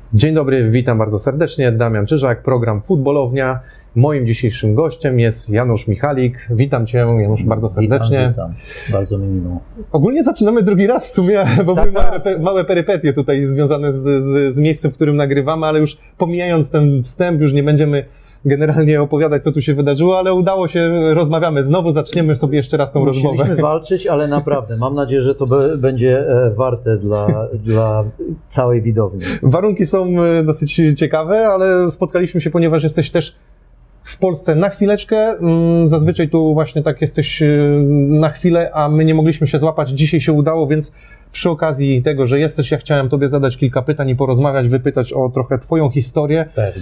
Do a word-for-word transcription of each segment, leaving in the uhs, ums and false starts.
Dzień dobry, witam bardzo serdecznie. Damian Czyżak, program Futbolownia. Moim dzisiejszym gościem jest Janusz Michalik. Witam Cię, Janusz, bardzo serdecznie. Witam, witam. Bardzo mi miło. Ogólnie zaczynamy drugi raz w sumie, bo tak, były małe, małe perypetie tutaj związane z, z, z miejscem, w którym nagrywamy, ale już pomijając ten wstęp, już nie będziemy generalnie opowiadać, co tu się wydarzyło, ale udało się, rozmawiamy znowu, zaczniemy sobie jeszcze raz tą rozmowę. Musieliśmy walczyć, ale naprawdę, mam nadzieję, że to będzie warte dla, dla całej widowni. Warunki są dosyć ciekawe, ale spotkaliśmy się, ponieważ jesteś też w Polsce na chwileczkę. Zazwyczaj tu właśnie tak jesteś na chwilę, a my nie mogliśmy się złapać. Dzisiaj się udało, więc przy okazji tego, że jesteś, ja chciałem Tobie zadać kilka pytań i porozmawiać, wypytać o trochę Twoją historię. Pewnie.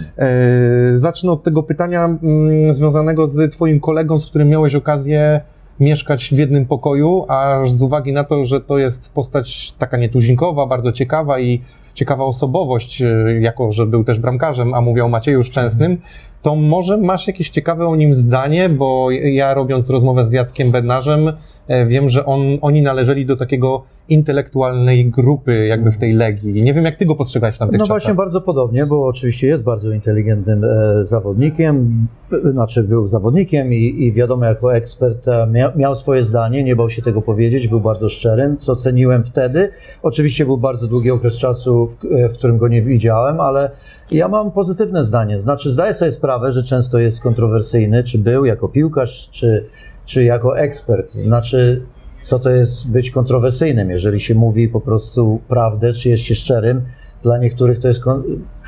Zacznę od tego pytania związanego z Twoim kolegą, z którym miałeś okazję mieszkać w jednym pokoju, aż z uwagi na to, że to jest postać taka nietuzinkowa, bardzo ciekawa i ciekawa osobowość, jako że był też bramkarzem, a mówię o Macieju Szczęsnym, to może masz jakieś ciekawe o nim zdanie, bo ja robiąc rozmowę z Jackiem Bednarzem, wiem, że on, oni należeli do takiego intelektualnej grupy jakby w tej Legii. Nie wiem, jak ty go postrzegałeś w tamtych No czasach. właśnie bardzo podobnie, bo oczywiście jest bardzo inteligentnym e, zawodnikiem, znaczy był zawodnikiem i, i wiadomo, jako ekspert e, mia, miał swoje zdanie, nie bał się tego powiedzieć, był bardzo szczerym, co ceniłem wtedy. Oczywiście był bardzo długi okres czasu, w, w którym go nie widziałem, ale ja mam pozytywne zdanie. Znaczy zdaję sobie sprawę, że często jest kontrowersyjny, czy był jako piłkarz, czy, czy jako ekspert. Znaczy co to jest być kontrowersyjnym, jeżeli się mówi po prostu prawdę, czy jest się szczerym. Dla niektórych to jest kon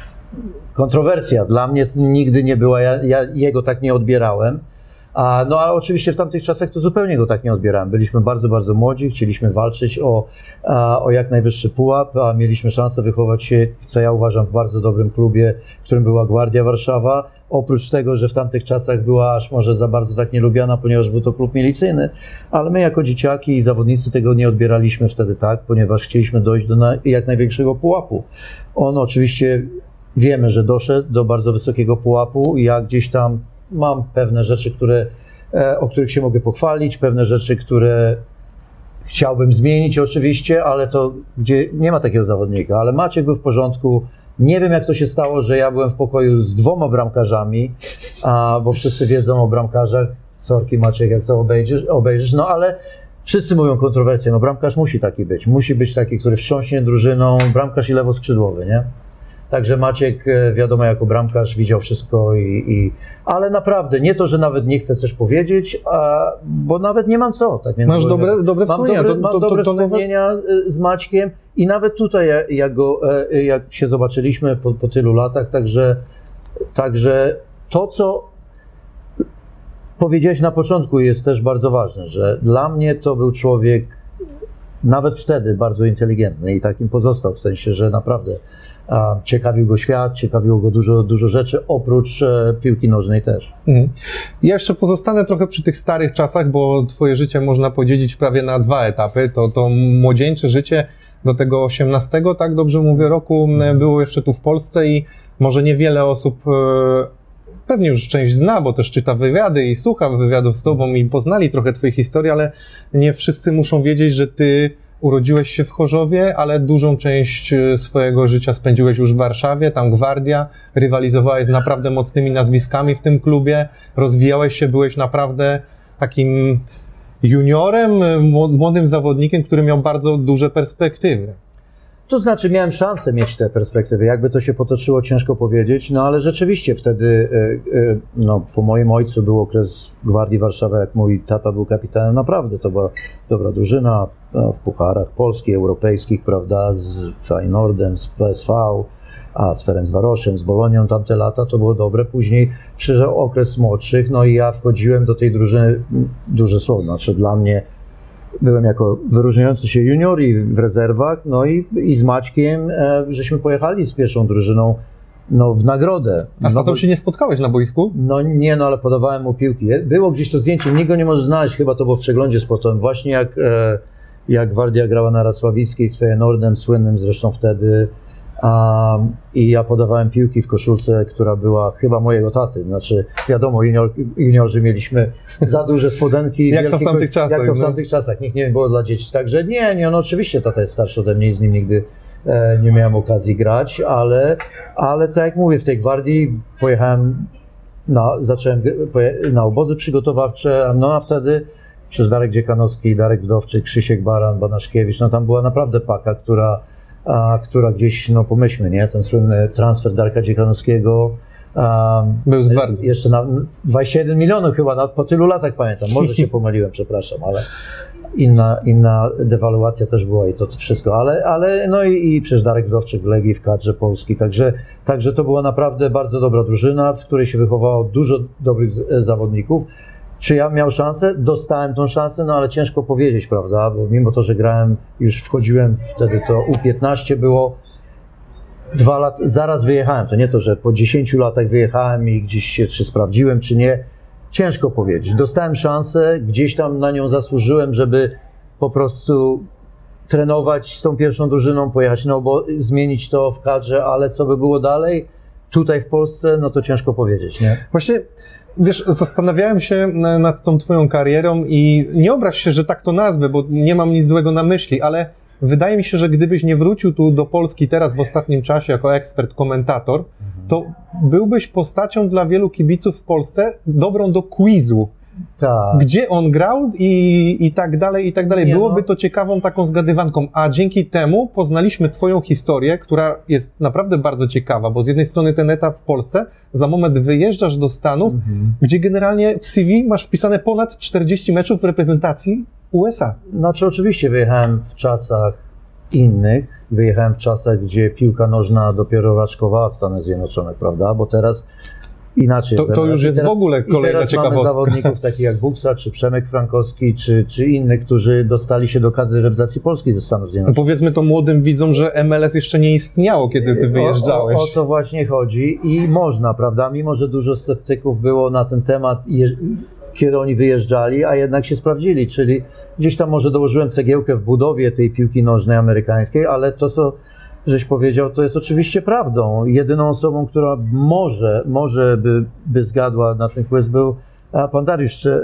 kontrowersja. Dla mnie to nigdy nie była, ja, ja jego tak nie odbierałem. A, no a oczywiście w tamtych czasach to zupełnie go tak nie odbierałem. Byliśmy bardzo, bardzo młodzi, chcieliśmy walczyć o, a, o jak najwyższy pułap, a mieliśmy szansę wychować się, co ja uważam, w bardzo dobrym klubie, w którym była Gwardia Warszawa. Oprócz tego, że w tamtych czasach była aż może za bardzo tak nielubiana, ponieważ był to klub milicyjny, ale my jako dzieciaki i zawodnicy tego nie odbieraliśmy wtedy tak, ponieważ chcieliśmy dojść do na, jak największego pułapu. On oczywiście, wiemy, że doszedł do bardzo wysokiego pułapu i ja gdzieś tam mam pewne rzeczy, które, o których się mogę pochwalić, pewne rzeczy, które chciałbym zmienić oczywiście, ale to gdzie nie ma takiego zawodnika, ale Maciek był w porządku. Nie wiem, jak to się stało, że ja byłem w pokoju z dwoma bramkarzami, a, bo wszyscy wiedzą o bramkarzach. Sorki Maciek, jak to obejrzysz, obejrzysz, no ale wszyscy mówią kontrowersję, no bramkarz musi taki być. Musi być taki, który wstrząśnie drużyną, bramkarz i lewoskrzydłowy, nie? Także Maciek, wiadomo, jako bramkarz widział wszystko i, i... Ale naprawdę, nie to, że nawet nie chcę coś powiedzieć, a, bo nawet nie mam co. Tak Masz dobre, dobre wspomnienia. Mam dobre, to, mam to, dobre to, to wspomnienia nawet... z Maćkiem i nawet tutaj, jak, go, jak się zobaczyliśmy po, po tylu latach, także, także to, co powiedziałeś na początku, jest też bardzo ważne, że dla mnie to był człowiek nawet wtedy bardzo inteligentny i takim pozostał, w sensie, że naprawdę ciekawił go świat, ciekawiło go dużo, dużo rzeczy, oprócz e, piłki nożnej też. Mhm. Ja jeszcze pozostanę trochę przy tych starych czasach, bo twoje życie można podzielić prawie na dwa etapy. To, to młodzieńcze życie do tego osiemnastego, tak dobrze mówię, roku było jeszcze tu w Polsce i może niewiele osób e, pewnie już część zna, bo też czyta wywiady i słucha wywiadów z tobą i poznali trochę twojej historii, ale nie wszyscy muszą wiedzieć, że ty urodziłeś się w Chorzowie, ale dużą część swojego życia spędziłeś już w Warszawie, tam Gwardia, rywalizowałeś z naprawdę mocnymi nazwiskami w tym klubie, rozwijałeś się, byłeś naprawdę takim juniorem, młodym zawodnikiem, który miał bardzo duże perspektywy. To znaczy miałem szansę mieć te perspektywy, jakby to się potoczyło, ciężko powiedzieć, no ale rzeczywiście wtedy, no po moim ojcu był okres Gwardii Warszawy, jak mój tata był kapitanem, naprawdę to była dobra drużyna w pucharach polskich, europejskich, prawda, z Feyenoordem, z P S V, a z Ferencvaroszem, z Bolonią tamte lata, to było dobre. Później przyszedł okres młodszych, no i ja wchodziłem do tej drużyny, duże słowo, znaczy dla mnie byłem jako wyróżniający się junior i w rezerwach, no i, i z Maćkiem e, żeśmy pojechali z pierwszą drużyną no, w nagrodę. A z tatą no, się nie spotkałeś na boisku? No nie, no ale podawałem mu piłki. Było gdzieś to zdjęcie, nikt go nie może znaleźć, chyba to było w przeglądzie sportowym. Właśnie jak, e, jak Gwardia grała na Racławickiej z Feyenoordem, słynnym zresztą wtedy. Um, I ja podawałem piłki w koszulce, która była chyba mojego taty. Znaczy, wiadomo, junior, juniorzy mieliśmy za duże spodenki. Jak to w tamtych czasach. Jak to w no? tamtych czasach. Nikt nie było dla dzieci. Także nie, nie, no oczywiście tata jest starszy ode mnie i z nim nigdy e, nie miałem okazji grać, ale, ale tak jak mówię, w tej gwardii pojechałem, na, zacząłem poje, na obozy przygotowawcze, no a wtedy przez Darek Dziekanowski, Darek Wdowczyk, Krzysiek Baran, Banaszkiewicz, no tam była naprawdę paka, która, a, która gdzieś, no pomyślmy, nie, ten słynny transfer Darka Dziekanowskiego, Um, Był z gwardii. Jeszcze na dwadzieścia jeden milionów chyba, na, po tylu latach pamiętam, może się pomyliłem, przepraszam, ale inna, inna dewaluacja też była i to wszystko, ale, ale no i, i przecież Darek Wdowczyk w Legii, w kadrze Polski, także, także to była naprawdę bardzo dobra drużyna, w której się wychowało dużo dobrych zawodników. Czy ja miał szansę? Dostałem tą szansę, no ale ciężko powiedzieć, prawda, bo mimo to, że grałem, już wchodziłem, wtedy to U piętnaście było, Dwa lata, zaraz wyjechałem, to nie to, że po dziesięciu latach wyjechałem i gdzieś się czy sprawdziłem, czy nie. Ciężko powiedzieć. Dostałem szansę, gdzieś tam na nią zasłużyłem, żeby po prostu trenować z tą pierwszą drużyną, pojechać na obo- zmienić to w kadrze, ale co by było dalej, tutaj w Polsce, no to ciężko powiedzieć, nie? Właśnie, wiesz, zastanawiałem się nad tą twoją karierą i nie obraź się, że tak to nazwę, bo nie mam nic złego na myśli, ale wydaje mi się, że gdybyś nie wrócił tu do Polski teraz w ostatnim czasie jako ekspert, komentator, to byłbyś postacią dla wielu kibiców w Polsce dobrą do quizu. Tak. Gdzie on grał i, i tak dalej, i tak dalej. Nie, Byłoby no. to ciekawą taką zgadywanką, a dzięki temu poznaliśmy twoją historię, która jest naprawdę bardzo ciekawa, bo z jednej strony ten etap w Polsce, za moment wyjeżdżasz do Stanów, mhm. gdzie generalnie w C V masz wpisane ponad czterdzieści meczów w reprezentacji U S A. Znaczy oczywiście wyjechałem w czasach innych, wyjechałem w czasach, gdzie piłka nożna dopiero raczkowała w Stanach Zjednoczonych, prawda, bo teraz inaczej. To, to już jest teraz, w ogóle kolejna ciekawostka. Mamy zawodników takich jak Buksa, czy Przemek Frankowski, czy, czy innych, którzy dostali się do kadry reprezentacji Polski ze Stanów Zjednoczonych. No powiedzmy to młodym widzom, że M L S jeszcze nie istniało, kiedy ty wyjeżdżałeś. O, o, o to właśnie chodzi i można, prawda, mimo że dużo sceptyków było na ten temat, kiedy oni wyjeżdżali, a jednak się sprawdzili, czyli gdzieś tam może dołożyłem cegiełkę w budowie tej piłki nożnej amerykańskiej, ale to, co żeś powiedział, to jest oczywiście prawdą. Jedyną osobą, która może, może by, by zgadła na ten quiz, był pan Dariusz e,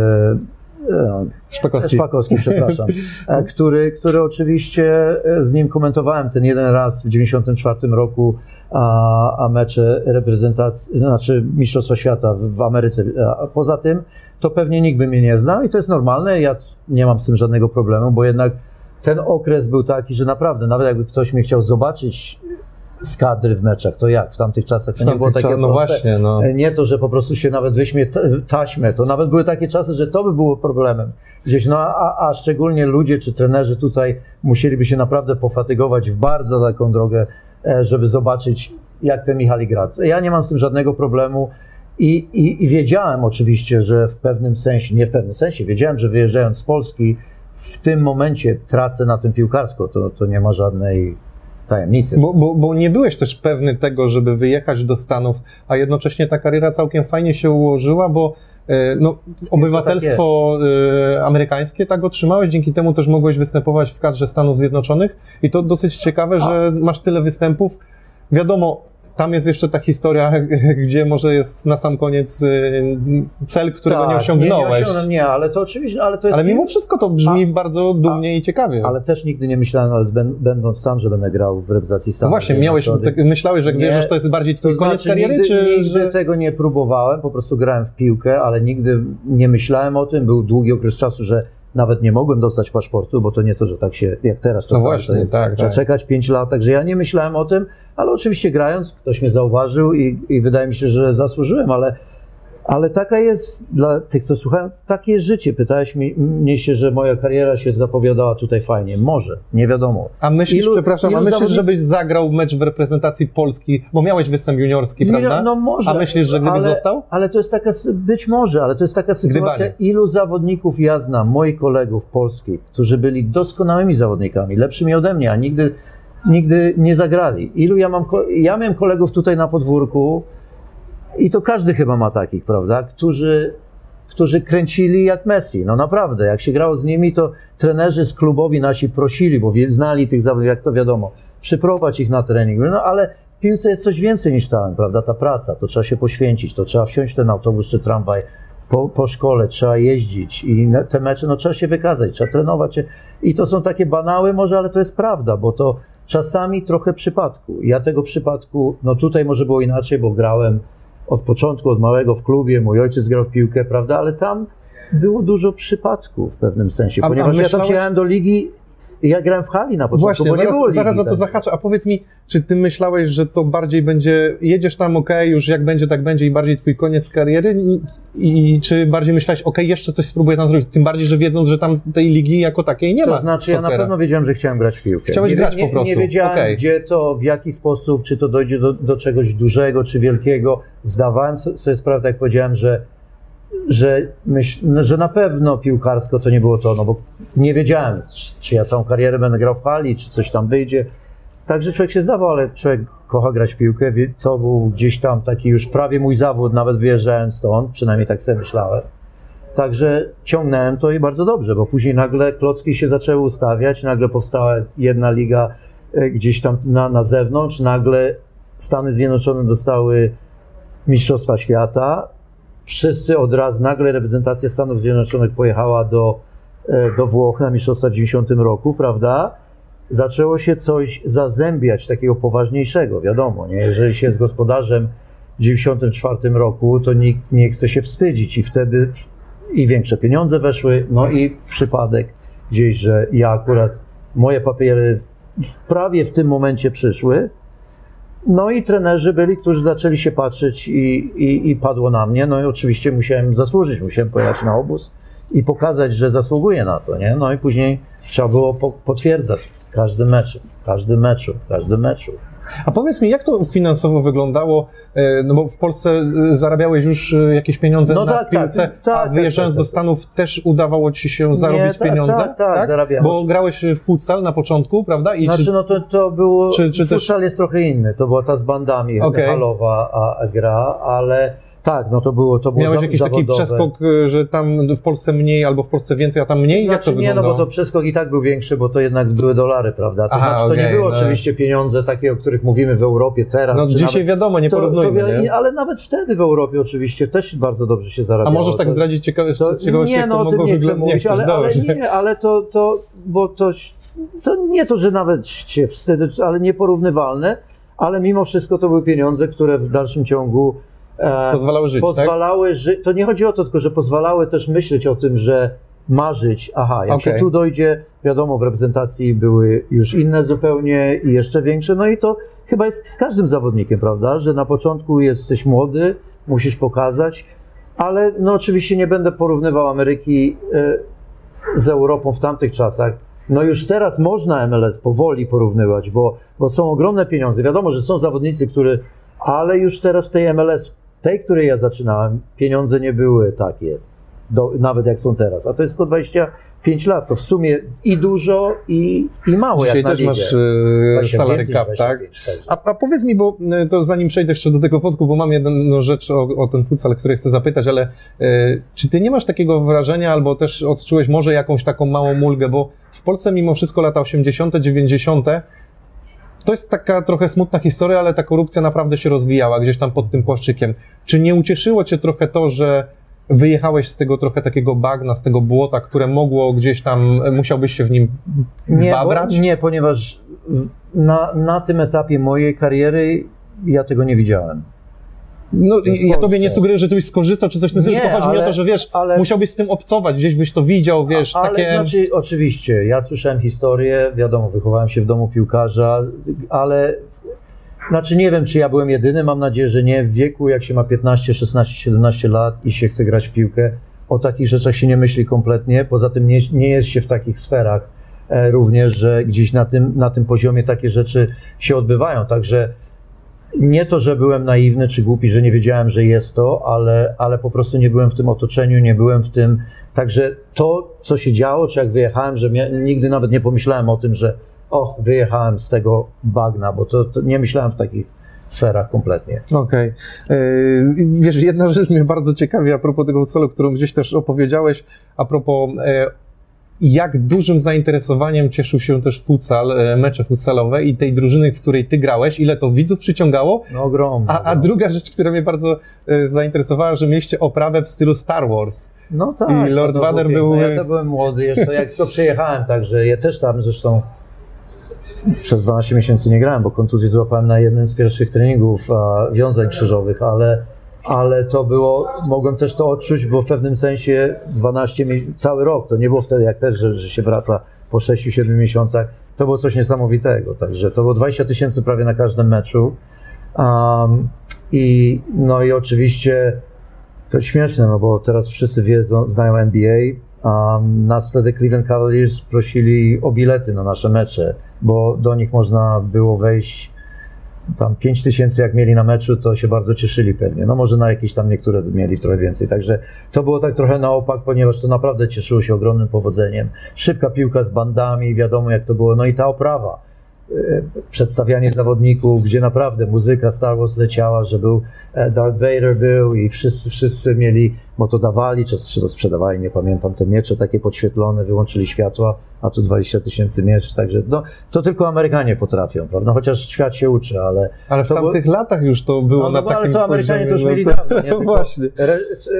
e, Szpakowski, Szpakowski przepraszam, e, który, który oczywiście z nim komentowałem ten jeden raz w dziewięćdziesiątym czwartym roku, a, a mecze reprezentacji, znaczy Mistrzostwa Świata w Ameryce. A poza tym to pewnie nikt by mnie nie znał i to jest normalne, ja nie mam z tym żadnego problemu, bo jednak ten okres był taki, że naprawdę, nawet jakby ktoś mnie chciał zobaczyć z kadry w meczach, to jak? W tamtych czasach to nie było takie no proste. Właśnie, no. Nie to, że po prostu się nawet wyśmie taśmę, to nawet były takie czasy, że to by było problemem. Gdzieś, no a, a szczególnie ludzie czy trenerzy tutaj musieliby się naprawdę pofatygować w bardzo daleką drogę, żeby zobaczyć, jak ten Michalik gra. Ja nie mam z tym żadnego problemu i, i, i wiedziałem oczywiście, że w pewnym sensie, nie w pewnym sensie, wiedziałem, że wyjeżdżając z Polski, w tym momencie tracę na tym piłkarsko, to, to nie ma żadnej tajemnicy. Bo, bo, bo nie byłeś też pewny tego, żeby wyjechać do Stanów, a jednocześnie ta kariera całkiem fajnie się ułożyła, bo no, obywatelstwo tak amerykańskie tak otrzymałeś, dzięki temu też mogłeś występować w kadrze Stanów Zjednoczonych i to dosyć ciekawe, że masz tyle występów. Wiadomo, tam jest jeszcze ta historia, gdzie może jest na sam koniec cel, którego tak, nie osiągnąłeś. Nie, nie, nie, ale to oczywiście, ale to jest... Ale mimo wszystko to brzmi a, bardzo dumnie a, i ciekawie. Ale też nigdy nie myślałem, ale będąc tam, że będę grał w reprezentacji Stanów. No właśnie, miałeś, tak, myślałeś, że nie, wiesz, że to jest bardziej twój to koniec znaczy, kariery, nigdy, czy... Nigdy że... tego nie próbowałem, po prostu grałem w piłkę, ale nigdy nie myślałem o tym. Był długi okres czasu, że nawet nie mogłem dostać paszportu, bo to nie to, że tak się, jak teraz czasami, no właśnie, to jest, tak, trzeba tak. czekać pięć lat, także ja nie myślałem o tym, ale oczywiście grając, ktoś mnie zauważył i, i wydaje mi się, że zasłużyłem, ale, ale taka jest, dla tych, co słuchają, takie jest życie. Pytałeś mi, mnie się, że moja kariera się zapowiadała tutaj fajnie. Może, nie wiadomo. A myślisz, ilu, przepraszam, ilu a myślisz, zawodnik... żebyś zagrał mecz w reprezentacji Polski, bo miałeś występ juniorski, prawda? No może. A myślisz, że gdybyś ale, został? Ale to jest taka, być może, ale to jest taka sytuacja, ilu zawodników ja znam, moich kolegów polskich, którzy byli doskonałymi zawodnikami, lepszymi ode mnie, a nigdy, nigdy nie zagrali. Ilu ja mam, ja miałem kolegów tutaj na podwórku i to każdy chyba ma takich, prawda, którzy, którzy kręcili jak Messi, no naprawdę, jak się grało z nimi, to trenerzy z klubowi nasi prosili, bo znali tych zawodników, jak to wiadomo, przyprowadź ich na trening, no ale w piłce jest coś więcej niż talent, prawda, ta praca, to trzeba się poświęcić, to trzeba wsiąść w ten autobus czy tramwaj po, po szkole, trzeba jeździć i te mecze, no trzeba się wykazać, trzeba trenować i to są takie banały może, ale to jest prawda, bo to czasami trochę przypadku. Ja tego przypadku, no tutaj może było inaczej, bo grałem od początku, od małego w klubie, mój ojciec grał w piłkę, prawda, ale tam było dużo przypadków w pewnym sensie, A- a ponieważ myślałeś- ja tam przyjechałem do ligi i ja grałem w hali na początku, Właśnie, bo nie zaraz, było ligi. zaraz za to tak. zahaczę. A powiedz mi, czy ty myślałeś, że to bardziej będzie, jedziesz tam, okej, już jak będzie, tak będzie i bardziej twój koniec kariery? I, i czy bardziej myślałeś, okej, jeszcze coś spróbuję tam zrobić? Tym bardziej, że wiedząc, że tam tej ligi jako takiej nie ma. To znaczy, ja na sokera. pewno wiedziałem, że chciałem grać w piłkę. Chciałeś nie, grać nie, po prostu. Nie wiedziałem, Okej. gdzie to, w jaki sposób, czy to dojdzie do, do czegoś dużego, czy wielkiego. Zdawałem so- sobie sprawę, tak jak powiedziałem, że, że, myśl, no, że na pewno piłkarsko to nie było to, no bo nie wiedziałem, czy, czy ja całą karierę będę grał w hali, czy coś tam wyjdzie. Także człowiek się zdawał, ale człowiek kocha grać w piłkę, wie- co był gdzieś tam taki już prawie mój zawód, nawet wyjeżdżając stąd, przynajmniej tak sobie myślałem. Także ciągnąłem to i bardzo dobrze, bo później nagle klocki się zaczęły ustawiać, nagle powstała jedna liga e, gdzieś tam na, na zewnątrz, nagle Stany Zjednoczone dostały Mistrzostwa Świata, wszyscy od razu, nagle reprezentacja Stanów Zjednoczonych pojechała do, e, do Włoch na Mistrzostwa w dziewięćdziesiątym roku, prawda? Zaczęło się coś zazębiać takiego poważniejszego, wiadomo, nie? Jeżeli się jest gospodarzem w dziewięćdziesiątym czwartym roku, to nikt nie chce się wstydzić i wtedy i większe pieniądze weszły, no i przypadek gdzieś, że ja akurat, moje papiery w- prawie w tym momencie przyszły, no i trenerzy byli, którzy zaczęli się patrzeć i, i, i padło na mnie, no i oczywiście musiałem zasłużyć, musiałem pojechać na obóz i pokazać, że zasługuję na to, nie? No i później trzeba było po, potwierdzać w każdym meczu, w każdym meczu, w każdym meczu. A powiedz mi, jak to finansowo wyglądało? E, No bo w Polsce e, zarabiałeś już e, jakieś pieniądze No na tak, piłce, tak, tak, a wyjeżdżając tak, do tak, Stanów też udawało ci się zarobić tak, pieniądze? tak, tak, zarabiałem. Bo grałeś w futsal na początku, prawda? I Znaczy, czy... no to, to było, czy- czy też- futsal jest trochę inny, to była ta z bandami, Okej. halowa a, a gra, ale tak, no to było, to było Miałeś za, jakiś taki zawodowe. przeskok, e, że tam w Polsce mniej albo w Polsce więcej, a tam mniej? Jak to Znaczy nie, no wyglądało? bo to przeskok i tak był większy, bo to jednak były dolary, prawda? To Aha, znaczy, to nie okej, były no. oczywiście pieniądze takie, o których mówimy w Europie teraz. No czy dzisiaj nawet, wiadomo, nie to, porównujmy, to, nie? Ale nawet wtedy w Europie oczywiście też bardzo dobrze się A zarabiało. możesz tak to, zdradzić ciekawe, to, z ciekawości, nie, jak no to o tym mogło nie chcę wyglądać? mówić, Nie chcesz, ale, ale dobrze. nie, ale to, to, bo to, to nie to, że nawet się wstydzę, ale nieporównywalne, ale mimo wszystko to były pieniądze, które w dalszym ciągu e, Pozwalały żyć, tak? pozwalały żyć. To nie chodzi o to, tylko że pozwalały też myśleć o tym, że marzyć, aha, jak Okej. się tu dojdzie, wiadomo, w reprezentacji były już inne zupełnie i jeszcze większe, no i to chyba jest z każdym zawodnikiem, prawda, że na początku jesteś młody, musisz pokazać, ale no oczywiście nie będę porównywał Ameryki e, z Europą w tamtych czasach. No już teraz można M L S powoli porównywać, bo, bo są ogromne pieniądze. Wiadomo, że są zawodnicy, którzy, ale już teraz w tej M L S, tej, której ja zaczynałem, pieniądze nie były takie, do, nawet jak są teraz. A to jest sto dwadzieścia pięć lat, to w sumie i dużo, i, i mało. Dzisiaj jak na też ligę. masz e, Właśnie salary więcej, cap, dwadzieścia tak? pięć, także. A, a powiedz mi, bo e, to zanim przejdę jeszcze do tego wątku, bo mam jedną rzecz o, o ten futsal, której chcę zapytać, ale e, czy ty nie masz takiego wrażenia, albo też odczułeś może jakąś taką małą mulgę, bo w Polsce mimo wszystko lata osiemdziesiąte, dziewięćdziesiąte to jest taka trochę smutna historia, ale ta korupcja naprawdę się rozwijała gdzieś tam pod tym płaszczykiem. Czy nie ucieszyło cię trochę to, że wyjechałeś z tego trochę takiego bagna, z tego błota, które mogło gdzieś tam, musiałbyś się w nim Nie, babrać? bo, nie, ponieważ w- na, na tym etapie mojej kariery ja tego nie widziałem. No, w ja tobie nie Polsce. sugeruję, że tu byś skorzystał, czy coś w tym stylu, Nie, tylko chodzi mi o ale- to, że wiesz, ale- musiałbyś z tym obcować, gdzieś byś to widział, wiesz, Ale takie... znaczy, oczywiście, ja słyszałem historię, wiadomo, wychowałem się w domu piłkarza, ale znaczy nie wiem, czy ja byłem jedyny, mam nadzieję, że nie. W wieku, jak się ma piętnaście, szesnaście, siedemnaście lat i się chce grać w piłkę, o takich rzeczach się nie myśli kompletnie. Poza tym nie, nie jest się w takich sferach e, również, że gdzieś na tym, na tym poziomie takie rzeczy się odbywają. Także nie to, że byłem naiwny czy głupi, że nie wiedziałem, że jest to, ale, ale po prostu nie byłem w tym otoczeniu, nie byłem w tym. Także to, co się działo, czy jak wyjechałem, że mia- nigdy nawet nie pomyślałem o tym, że och, wyjechałem z tego bagna, bo to, to nie myślałem w takich sferach kompletnie. Okej. Yy, Wiesz, jedna rzecz mnie bardzo ciekawi a propos tego celu, którą gdzieś też opowiedziałeś, a propos e, jak dużym zainteresowaniem cieszył się też futsal, e, mecze futsalowe i tej drużyny, w której ty grałeś, ile to widzów przyciągało. No ogromnie. A, a druga rzecz, która mnie bardzo e, zainteresowała, że mieliście oprawę w stylu Star Wars. No tak. I Lord no to Vader było był- piękne. Ja to byłem młody jeszcze, jak to przejechałem, także ja też tam zresztą przez dwanaście miesięcy nie grałem, bo kontuzję złapałem na jednym z pierwszych treningów a, wiązań krzyżowych, ale, ale to było, mogłem też to odczuć, bo w pewnym sensie dwanaście, cały rok, to nie było wtedy jak też, że, że się wraca po sześciu siedmiu miesiącach, to było coś niesamowitego, także to było dwadzieścia tysięcy prawie na każdym meczu. Um, i, no i oczywiście to śmieszne, no bo teraz wszyscy wiedzą, znają N B A, um, nas wtedy Cleveland Cavaliers prosili o bilety na nasze mecze, bo do nich można było wejść tam pięć tysięcy jak mieli na meczu, to się bardzo cieszyli pewnie, no może na jakieś tam niektóre mieli trochę więcej, także to było tak trochę na opak, ponieważ to naprawdę cieszyło się ogromnym powodzeniem, szybka piłka z bandami, wiadomo jak to było, no i ta oprawa, przedstawianie zawodników, gdzie naprawdę muzyka Star Wars leciała, że był Darth Vader był i wszyscy, wszyscy mieli, bo to dawali, czy, czy to sprzedawali, nie pamiętam, te miecze takie podświetlone, wyłączyli światła, a tu dwadzieścia tysięcy mieczy, także no, to tylko Amerykanie potrafią, prawda, chociaż świat się uczy, ale... Ale w tamtych było... latach już to było no, na no, takim ale to Amerykanie poziomie, to już mieli no, dawno, nie? Tylko właśnie. Re,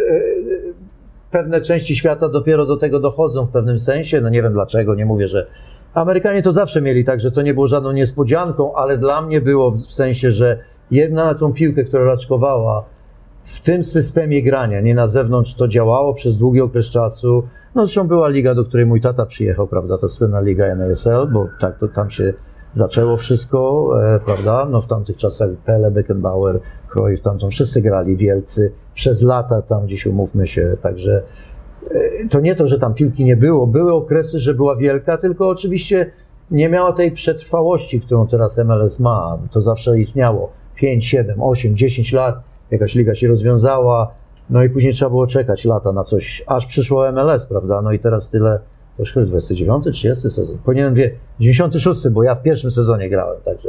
pewne części świata dopiero do tego dochodzą w pewnym sensie, no nie wiem dlaczego, nie mówię, że Amerykanie to zawsze mieli tak, że to nie było żadną niespodzianką, ale dla mnie było w sensie, że jedna na tą piłkę, która raczkowała w tym systemie grania, nie na zewnątrz, to działało przez długi okres czasu. No zresztą była liga, do której mój tata przyjechał, prawda, to słynna liga N A S L, bo tak to tam się zaczęło wszystko, e, prawda, no w tamtych czasach Pele, Beckenbauer, Cruyff, tamtą wszyscy grali wielcy, przez lata tam gdzieś umówmy się, także to nie to, że tam piłki nie było, były okresy, że była wielka, tylko oczywiście nie miała tej przetrwałości, którą teraz M L S ma. To zawsze istniało pięć, siedem, osiem, dziesięć lat, jakaś liga się rozwiązała, no i później trzeba było czekać lata na coś, aż przyszło M L S, prawda? No i teraz tyle, to już chyba dwudziesty dziewiąty, trzydziesty sezon. Powinienem wie, dziewięćdziesiąty szósty, bo ja w pierwszym sezonie grałem, także...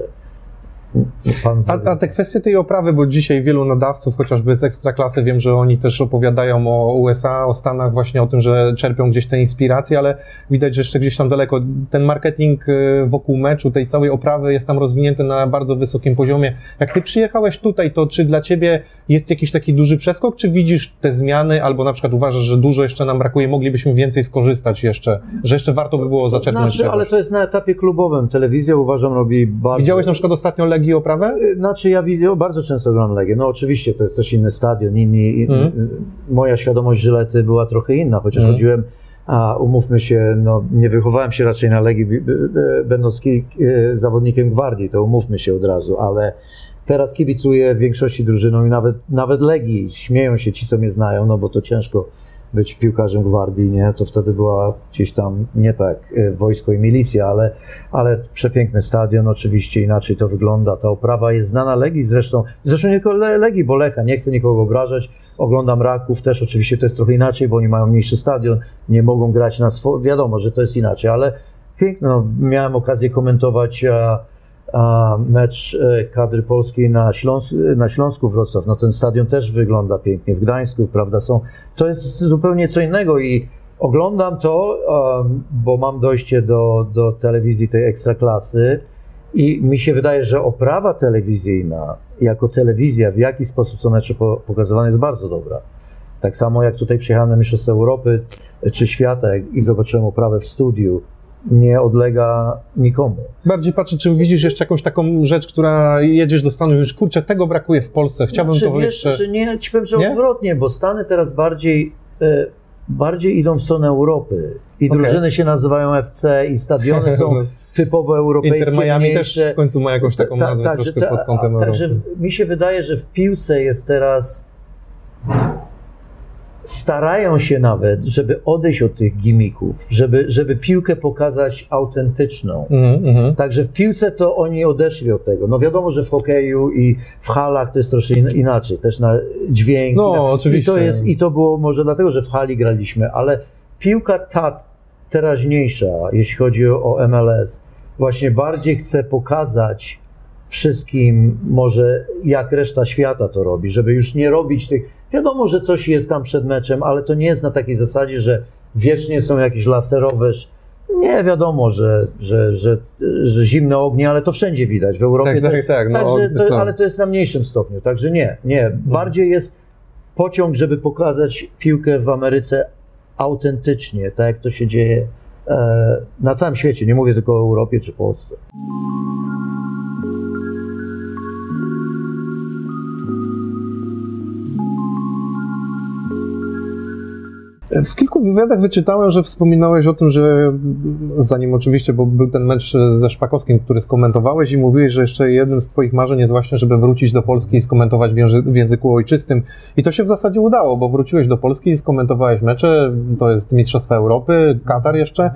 A, a te kwestie tej oprawy, bo dzisiaj wielu nadawców, chociażby z Ekstraklasy, wiem, że oni też opowiadają o U S A, o Stanach, właśnie o tym, że czerpią gdzieś te inspiracje, ale widać, że jeszcze gdzieś tam daleko ten marketing wokół meczu, tej całej oprawy jest tam rozwinięty na bardzo wysokim poziomie. Jak ty przyjechałeś tutaj, to czy dla ciebie jest jakiś taki duży przeskok, czy widzisz te zmiany, albo na przykład uważasz, że dużo jeszcze nam brakuje, moglibyśmy więcej skorzystać jeszcze, że jeszcze warto by było zaczerpnąć znaczy, czegoś? Ale to jest na etapie klubowym. Telewizja, uważam, robi bardzo... Widziałeś na przykład ostatnio Legii oprawę? Znaczy ja widzę, bardzo często oglądam Legię. No oczywiście to jest też inny stadion, inni, mm. moja świadomość Żylety była trochę inna, chociaż mm. chodziłem, a umówmy się, no nie wychowałem się raczej na Legii, będąc zawodnikiem Gwardii, to umówmy się od razu, ale teraz kibicuję w większości drużynom i nawet, nawet Legii, śmieją się ci, co mnie znają, no bo to ciężko być piłkarzem Gwardii, nie? To wtedy była gdzieś tam, nie tak, wojsko i milicja, ale, ale przepiękny stadion, oczywiście inaczej to wygląda, ta oprawa jest znana Legii zresztą, zresztą nie tylko Legii, bo Lecha, nie chcę nikogo obrażać, oglądam Raków też, oczywiście to jest trochę inaczej, bo oni mają mniejszy stadion, nie mogą grać na swoim, wiadomo, że to jest inaczej, ale piękno, no, miałem okazję komentować a, a mecz kadry polskiej na, Śląs na Śląsku Wrocław, no ten stadion też wygląda pięknie, w Gdańsku, prawda, są, to jest zupełnie co innego i oglądam to, um, bo mam dojście do, do telewizji tej Ekstraklasy i mi się wydaje, że oprawa telewizyjna, jako telewizja, w jaki sposób są mecze po pokazywane, jest bardzo dobra. Tak samo jak tutaj przyjechałem na Mistrzostwa Europy czy świata i zobaczyłem oprawę w studiu, nie odlega nikomu. Bardziej patrzę, czy widzisz jeszcze jakąś taką rzecz, która jedziesz do Stanów i już, kurczę, tego brakuje w Polsce, chciałbym znaczy, to wiesz, jeszcze... Że nie, ci powiem, że nie? odwrotnie, bo Stany teraz bardziej, e, bardziej idą w stronę Europy i okay. drużyny się nazywają F C i stadiony są typowo europejskie. Inter Miami też w końcu ma jakąś taką ta, nazwę ta, troszkę ta, pod kątem Europy. Także mi się wydaje, że w piłce jest teraz... Starają się nawet, żeby odejść od tych gimików, żeby, żeby piłkę pokazać autentyczną. Mm, mm. Także w piłce to oni odeszli od tego. No wiadomo, że w hokeju i w halach to jest troszkę inaczej, też na dźwięk. No, na, oczywiście. I to, jest, I to było może dlatego, że w hali graliśmy, ale piłka ta teraźniejsza, jeśli chodzi o M L S, właśnie bardziej chce pokazać wszystkim może jak reszta świata to robi, żeby już nie robić tych... Wiadomo, że coś jest tam przed meczem, ale to nie jest na takiej zasadzie, że wiecznie są jakieś laserowe... Nie, wiadomo, że, że, że, że zimne ognie, ale to wszędzie widać. W Europie tak, tak, tak. No, także to, ale to jest na mniejszym stopniu, także nie, nie. Bardziej jest pociąg, żeby pokazać piłkę w Ameryce autentycznie, tak jak to się dzieje e, na całym świecie, nie mówię tylko o Europie czy Polsce. W kilku wywiadach wyczytałem, że wspominałeś o tym, że zanim oczywiście, bo był ten mecz ze Szpakowskim, który skomentowałeś i mówiłeś, że jeszcze jednym z twoich marzeń jest właśnie, żeby wrócić do Polski i skomentować w, języ- w języku ojczystym. I to się w zasadzie udało, bo wróciłeś do Polski i skomentowałeś mecze, to jest Mistrzostwa Europy, Katar jeszcze.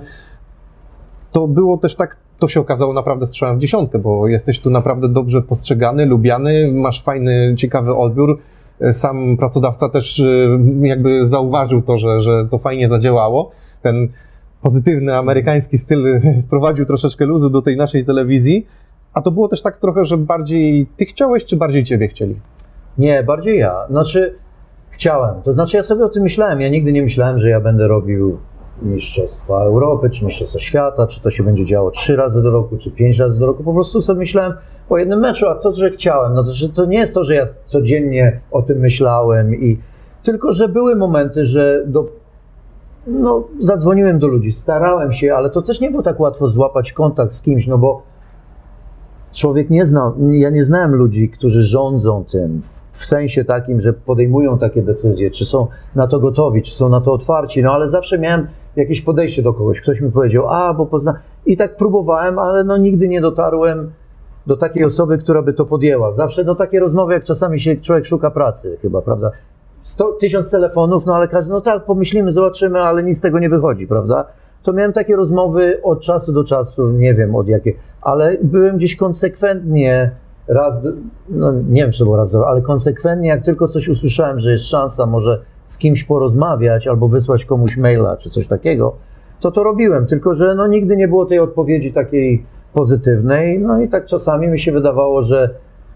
To było też tak, to się okazało naprawdę strzałem w dziesiątkę, bo jesteś tu naprawdę dobrze postrzegany, lubiany, masz fajny, ciekawy odbiór. Sam pracodawca też jakby zauważył to, że, że to fajnie zadziałało. Ten pozytywny amerykański styl wprowadził troszeczkę luzu do tej naszej telewizji, a to było też tak trochę, że bardziej ty chciałeś, czy bardziej ciebie chcieli? Nie, bardziej ja. Znaczy, chciałem. To znaczy, ja sobie o tym myślałem. Ja nigdy nie myślałem, że ja będę robił Mistrzostwa Europy, czy Mistrzostwa Świata, czy to się będzie działo trzy razy do roku, czy pięć razy do roku. Po prostu sobie myślałem o jednym meczu, a to, że chciałem, no to, że to nie jest to, że ja codziennie o tym myślałem, i tylko, że były momenty, że do, no, zadzwoniłem do ludzi, starałem się, ale to też nie było tak łatwo złapać kontakt z kimś, no bo człowiek nie zna, ja nie znałem ludzi, którzy rządzą tym, w sensie takim, że podejmują takie decyzje, czy są na to gotowi, czy są na to otwarci, no ale zawsze miałem jakieś podejście do kogoś. Ktoś mi powiedział, a, bo pozna... I tak próbowałem, ale no nigdy nie dotarłem do takiej osoby, która by to podjęła. Zawsze do takiej rozmowy, jak czasami się człowiek szuka pracy chyba, prawda? Sto, tysiąc telefonów, no ale każdy, no tak, pomyślimy, zobaczymy, ale nic z tego nie wychodzi, prawda? To miałem takie rozmowy od czasu do czasu, nie wiem od jakiej, ale byłem gdzieś konsekwentnie raz, no nie wiem, czy to było raz, ale konsekwentnie, jak tylko coś usłyszałem, że jest szansa może z kimś porozmawiać albo wysłać komuś maila czy coś takiego, to to robiłem, tylko że no nigdy nie było tej odpowiedzi takiej pozytywnej, no i tak czasami mi się wydawało, że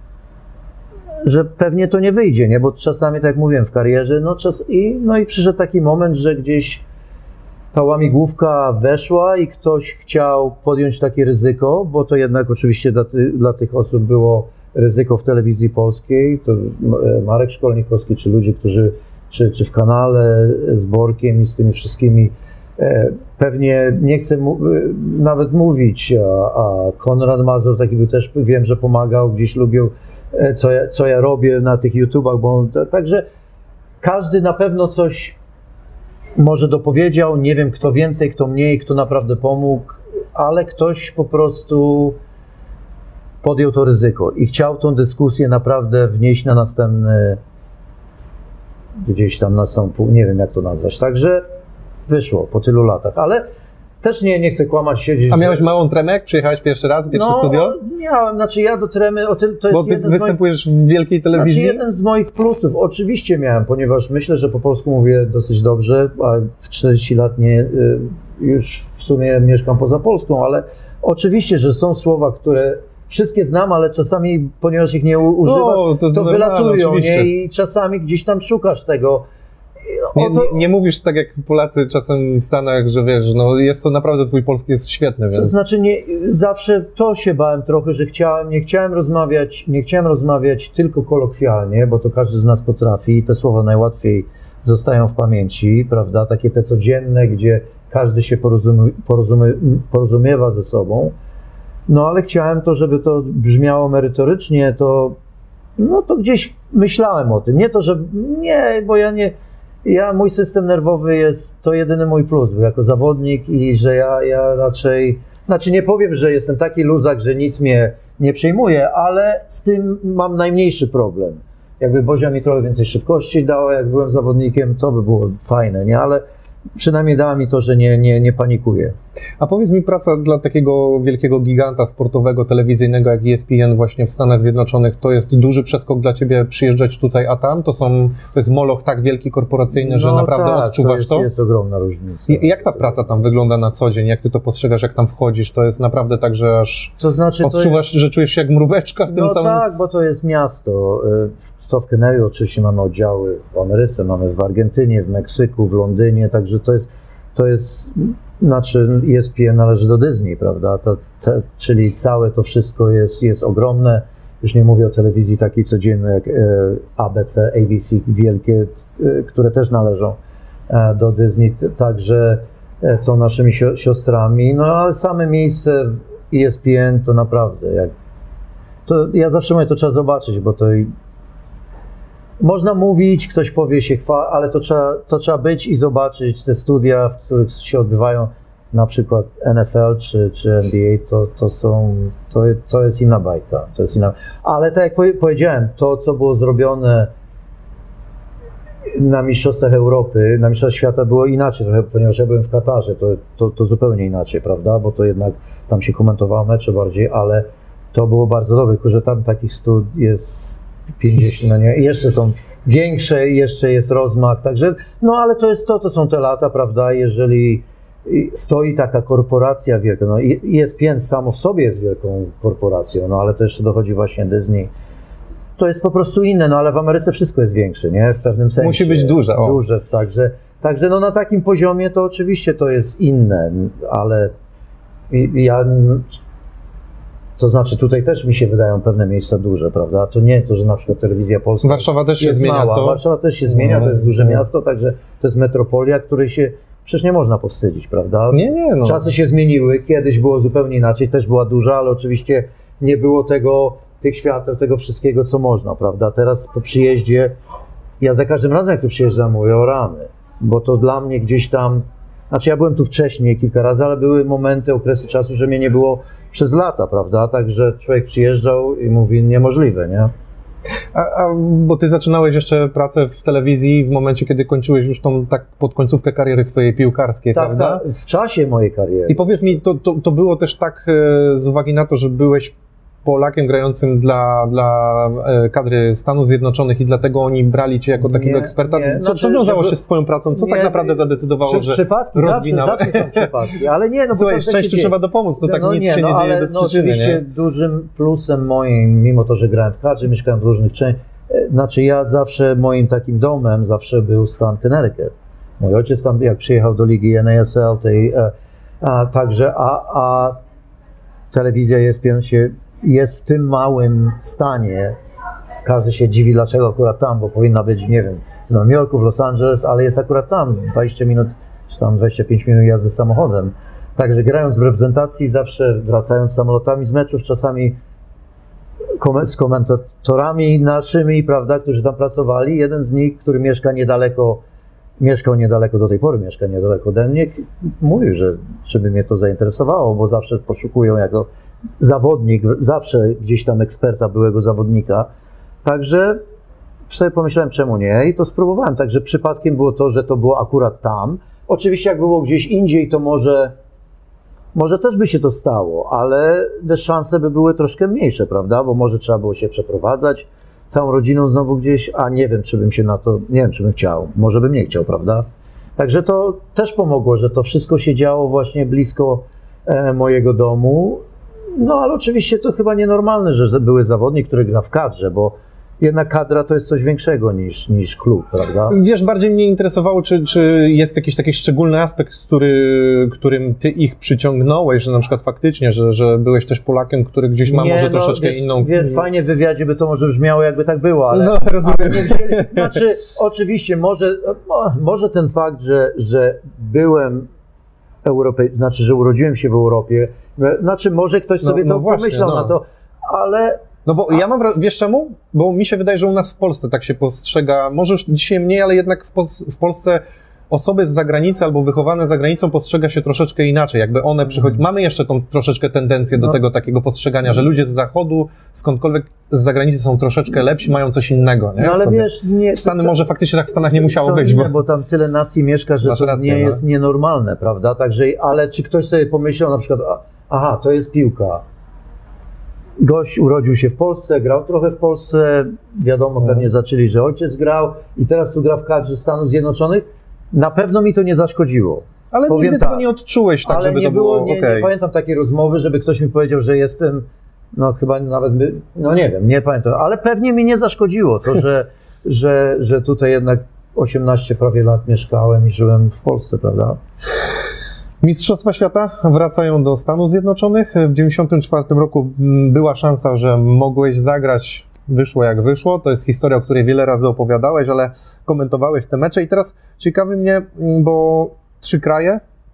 że pewnie to nie wyjdzie, nie? Bo czasami, tak jak mówiłem, w karierze, no, czas, i, no i przyszedł taki moment, że gdzieś ta łamigłówka weszła i ktoś chciał podjąć takie ryzyko, bo to jednak oczywiście dla, ty, dla tych osób było ryzyko w telewizji polskiej, to Marek Szkolnikowski, czy ludzie, którzy, czy, czy w kanale z Borkiem i z tymi wszystkimi, e, pewnie nie chcę mu, nawet mówić, a, a Konrad Mazur taki był też, wiem, że pomagał, gdzieś lubił, e, co, ja, co ja robię na tych YouTubach, bo on, także każdy na pewno coś może dopowiedział, nie wiem kto więcej, kto mniej, kto naprawdę pomógł, ale ktoś po prostu podjął to ryzyko i chciał tą dyskusję naprawdę wnieść na następny, gdzieś tam na sam pół, nie wiem jak to nazwać, także wyszło po tylu latach, ale też nie, nie chcę kłamać, siedzieć. A miałeś małą tremę, jak przyjechałeś pierwszy raz, pierwsze no, studio? miałem, znaczy ja do tremy, o tyle, to jest Bo ty jeden występujesz z moich, w wielkiej telewizji? Znaczy jeden z moich plusów, oczywiście miałem, ponieważ myślę, że po polsku mówię dosyć dobrze, a w czterdzieści lat nie, już w sumie mieszkam poza Polską, ale oczywiście, że są słowa, które wszystkie znam, ale czasami, ponieważ ich nie używasz, no, to, to wylatują, oczywiście. nie? I czasami gdzieś tam szukasz tego. Nie, nie, nie mówisz tak jak Polacy czasem w Stanach, że wiesz, no jest to naprawdę, twój polski jest świetny, więc... To znaczy nie, zawsze to się bałem trochę, że chciałem, nie chciałem rozmawiać, nie chciałem rozmawiać tylko kolokwialnie, bo to każdy z nas potrafi i te słowa najłatwiej zostają w pamięci, prawda, takie te codzienne, gdzie każdy się porozumie, porozumie, porozumiewa ze sobą, no ale chciałem to, żeby to brzmiało merytorycznie, to no to gdzieś myślałem o tym, nie to, że nie, bo ja nie... Ja, mój system nerwowy jest to jedyny mój plus, bo jako zawodnik i że ja, ja raczej, znaczy nie powiem, że jestem taki luzak, że nic mnie nie przejmuje, ale z tym mam najmniejszy problem. Jakby Bozia mi trochę więcej szybkości dała, jak byłem zawodnikiem, to by było fajne, nie? Ale przynajmniej dała mi to, że nie, nie, nie panikuję. A powiedz mi, praca dla takiego wielkiego giganta sportowego, telewizyjnego jak E S P N właśnie w Stanach Zjednoczonych, to jest duży przeskok dla ciebie przyjeżdżać tutaj, a tam? To są, to jest moloch tak wielki, korporacyjny, że no naprawdę tak, odczuwasz to? Jest, to? jest ogromna różnica. I jak ta praca tam wygląda na co dzień? Jak ty to postrzegasz, jak tam wchodzisz? To jest naprawdę tak, że aż to znaczy, odczuwasz, to jest... że czujesz się jak mróweczka w tym no całym... No tak, bo to jest miasto. Co w Kennewie oczywiście mamy oddziały w Ameryce, mamy w Argentynie, w Meksyku, w Londynie, także to jest, to jest, znaczy E S P N należy do Disney, prawda, to, to, czyli całe to wszystko jest, jest ogromne, już nie mówię o telewizji takiej codziennej jak e, A B C, A B C, wielkie, e, które też należą e, do Disney, także są naszymi sio- siostrami, no ale same miejsce w E S P N to naprawdę, jak, to ja zawsze mówię, to trzeba zobaczyć, bo to i, można mówić, ktoś powie się chwała, ale to trzeba, to trzeba być i zobaczyć te studia, w których się odbywają na przykład N F L czy, czy N B A, to, to są, to, to jest inna bajka, to jest inna, ale tak jak powiedziałem, to co było zrobione na Mistrzostwach Europy, na Mistrzostwach Świata było inaczej trochę, ponieważ ja byłem w Katarze, to, to, to zupełnie inaczej, prawda, bo to jednak tam się komentowało mecze bardziej, ale to było bardzo dobre, tylko że tam takich stud jest pięćdziesiąt, no nie, i jeszcze są większe, jeszcze jest rozmach, także, no ale to jest to, to są te lata, prawda, jeżeli stoi taka korporacja wielka, no E S P N samo w sobie jest wielką korporacją, no ale to jeszcze dochodzi właśnie Disney. To jest po prostu inne, no ale w Ameryce wszystko jest większe, nie? W pewnym sensie. Musi być duże. O. Duże, także, także no na takim poziomie to oczywiście to jest inne, ale ja, to znaczy tutaj też mi się wydają pewne miejsca duże, prawda? To nie to, że na przykład telewizja polska Warszawa też się jest zmienia, mała. co? Warszawa też się zmienia, No, to jest duże no. miasto, także to jest metropolia, której się przecież nie można powstydzić, prawda? Nie, nie, no. Czasy się zmieniły, kiedyś było zupełnie inaczej, też była duża, ale oczywiście nie było tego, tych świateł, tego wszystkiego, co można, prawda? Teraz po przyjeździe, ja za każdym razem, jak tu przyjeżdżam, mówię o rany, bo to dla mnie gdzieś tam, znaczy ja byłem tu wcześniej kilka razy, ale były momenty, okresy czasu, że mnie nie było przez lata, prawda? Także człowiek przyjeżdżał i mówi niemożliwe, nie? A, a, bo ty zaczynałeś jeszcze pracę w telewizji w momencie, kiedy kończyłeś już tą tak pod końcówkę kariery swojej piłkarskiej, Tak, prawda? tak, w czasie mojej kariery. I powiedz mi, to, to, to było też tak e, z uwagi na to, że byłeś Polakiem grającym dla, dla e, kadry Stanów Zjednoczonych i dlatego oni brali cię jako takiego Nie, eksperta? nie. Co, Znaczy, co wiązało żeby- się z twoją pracą? Co Nie, tak naprawdę zadecydowało, Przy, że przypadki rozwinął... zawsze, zawsze są przypadki, ale nie, no bo Słuchaj, to tak się szczęściu dzieje. trzeba dopomóc, to tak no, nic nie, się no, nie dzieje ale, bez no, przyczyny, oczywiście nie? dużym plusem moim, mimo to, że grałem w kadrze, mieszkałem w różnych częściach, znaczy ja zawsze, moim takim domem zawsze był stan Connecticut. Mój ojciec tam, jak przyjechał do ligi N A S L, tej, a, a, także, a, a telewizja E S P N się, jest w tym małym stanie. Każdy się dziwi, dlaczego akurat tam, bo powinna być, nie wiem, w Nowym Jorku, w Los Angeles, ale jest akurat tam, dwadzieścia minut, czy tam dwadzieścia pięć minut jazdy samochodem. Także grając w reprezentacji, zawsze wracając samolotami z meczów, czasami kom- z komentatorami naszymi, prawda, którzy tam pracowali, jeden z nich, który mieszka niedaleko, mieszkał niedaleko, do tej pory mieszka niedaleko ode mnie, mówił, że czy by mnie to zainteresowało, bo zawsze poszukują jako zawodnik, zawsze gdzieś tam eksperta, byłego zawodnika. Także sobie pomyślałem, czemu nie, i to spróbowałem. Także przypadkiem było to, że to było akurat tam. Oczywiście jak było gdzieś indziej, to może, może też by się to stało, ale te szanse by były troszkę mniejsze, prawda, bo może trzeba było się przeprowadzać całą rodziną znowu gdzieś, a nie wiem, czy bym się na to, nie wiem, czy bym chciał, może bym nie chciał, prawda. Także to też pomogło, że to wszystko się działo właśnie blisko e, mojego domu. No ale oczywiście to chyba nienormalne, że były zawodnik, który gra w kadrze, bo jednak kadra to jest coś większego niż, niż klub, prawda? Wiesz, bardziej mnie interesowało, czy, czy jest jakiś taki szczególny aspekt, który, którym ty ich przyciągnąłeś, że na przykład faktycznie, że, że byłeś też Polakiem, który gdzieś ma Nie, może no, troszeczkę wiesz, inną... Wie, fajnie w wywiadzie by to może brzmiało, jakby tak było, ale... No, rozumiem. ale nie wzięli, znaczy, oczywiście, może, może ten fakt, że, że byłem Europej, znaczy, że urodziłem się w Europie, znaczy może ktoś sobie No, no to właśnie, pomyślał no. na to, ale... No bo ja mam, wra- wiesz czemu? Bo mi się wydaje, że u nas w Polsce tak się postrzega, może już dzisiaj mniej, ale jednak w, Pol- w Polsce osoby z zagranicy albo wychowane za granicą postrzega się troszeczkę inaczej, jakby one przychodzi... Mamy jeszcze tą troszeczkę tendencję do No. tego takiego postrzegania, że ludzie z zachodu, skądkolwiek z zagranicy są troszeczkę lepsi, mają coś innego, nie? No w ale sobie. wiesz, nie... Stany może faktycznie tak w Stanach nie musiało są być, inne, bo... bo tam tyle nacji mieszka, że Masz to rację, nie no. jest nienormalne, prawda? Także, ale czy ktoś sobie pomyślał na przykład, a- aha, to jest piłka. Gość urodził się w Polsce, grał trochę w Polsce, wiadomo, No. pewnie zaczęli, że ojciec grał i teraz tu gra w kadrze Stanów Zjednoczonych. Na pewno mi to nie zaszkodziło. Ale powiem nigdy tak. tego nie odczułeś tak, Ale żeby nie to było, było, nie, okej. nie pamiętam takiej rozmowy, żeby ktoś mi powiedział, że jestem, no chyba nawet, by, no nie wiem, nie pamiętam, ale pewnie mi nie zaszkodziło to, że, że, że tutaj jednak osiemnaście prawie lat mieszkałem i żyłem w Polsce, prawda? Mistrzostwa Świata wracają do Stanów Zjednoczonych. W dziewięćdziesiątym czwartym roku była szansa, że mogłeś zagrać. Wyszło jak wyszło. To jest historia, o której wiele razy opowiadałeś, ale komentowałeś te mecze. I teraz ciekawi mnie, bo trzy kraje,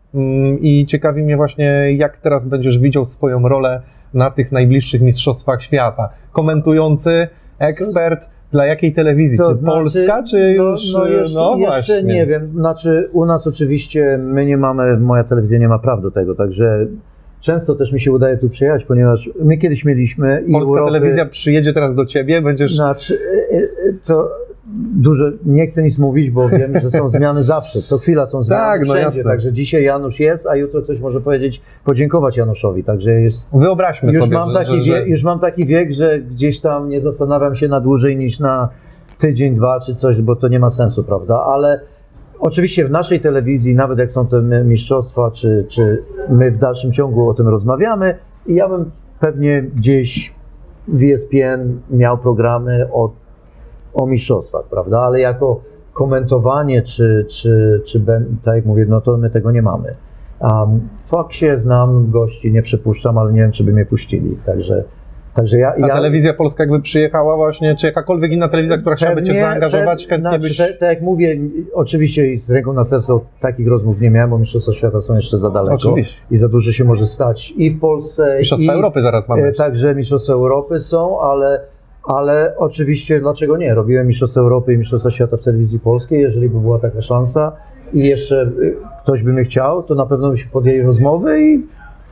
i ciekawi mnie właśnie, jak teraz będziesz widział swoją rolę na tych najbliższych mistrzostwach świata. Komentujący, ekspert, dla jakiej telewizji? To czy znaczy, Polska, czy no, już... No jeszcze, no jeszcze właśnie. nie wiem. Znaczy u nas oczywiście, my nie mamy, moja telewizja nie ma praw do tego, także często też mi się udaje tu przyjechać, ponieważ my kiedyś mieliśmy... i Polska Europy, telewizja przyjedzie teraz do ciebie, będziesz... Znaczy, to dużo, nie chcę nic mówić, bo wiem, że są zmiany zawsze, co chwila są zmiany Tak, no wszędzie, jasne. także dzisiaj Janusz jest, a jutro ktoś może powiedzieć, podziękować Januszowi, także jest... Wyobraźmy Już sobie, mam, że, taki że, że... wiek, już mam taki wiek, że gdzieś tam nie zastanawiam się na dłużej niż na tydzień, dwa czy coś, bo to nie ma sensu, prawda? Ale oczywiście w naszej telewizji, nawet jak są te mistrzostwa, czy, czy my w dalszym ciągu o tym rozmawiamy, i ja bym pewnie gdzieś w E S P N miał programy o, o mistrzostwach, prawda? Ale jako komentowanie, czy, czy, czy tak jak mówię, no to my tego nie mamy. Um, w Foxie znam gości, nie przypuszczam, ale nie wiem, czy by mnie puścili, także... Także ja, A ja, telewizja polska jakby przyjechała właśnie, czy jakakolwiek inna telewizja, która chciałaby cię zaangażować, pe, chętnie znaczy, byś... Tak tak jak mówię, oczywiście i z ręką na sercu takich rozmów nie miałem, bo Mistrzostwa Świata są jeszcze za daleko. Oczywiście. I za dużo się może stać i w Polsce, Mistrzostwa i, Europy zaraz mamy. e, Także Mistrzostwa Europy są, ale, ale oczywiście dlaczego nie? Robiłem Mistrzostwa Europy i Mistrzostwa Świata w telewizji polskiej, jeżeli by była taka szansa i jeszcze e, ktoś by mnie chciał, to na pewno by się podjęli rozmowy i